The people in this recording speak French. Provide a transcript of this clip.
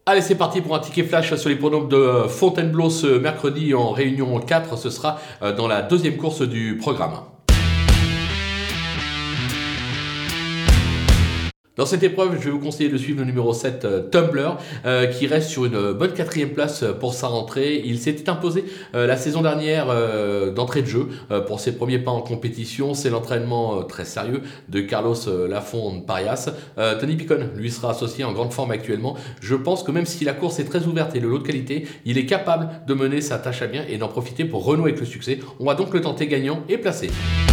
Allez, c'est parti pour un ticket flash sur les pronoms de Fontainebleau ce mercredi en réunion 4. Ce sera dans la deuxième course du programme. Dans cette épreuve, je vais vous conseiller de suivre le numéro 7, Tumbler, qui reste sur une bonne quatrième place pour sa rentrée. Il s'était imposé la saison dernière d'entrée de jeu pour ses premiers pas en compétition. C'est l'entraînement très sérieux de Carlos Lafond Parias. Tony Picon lui sera associé en grande forme actuellement. Je pense que même si la course est très ouverte et le lot de qualité, il est capable de mener sa tâche à bien et d'en profiter pour renouer avec le succès. On va donc le tenter gagnant et placé.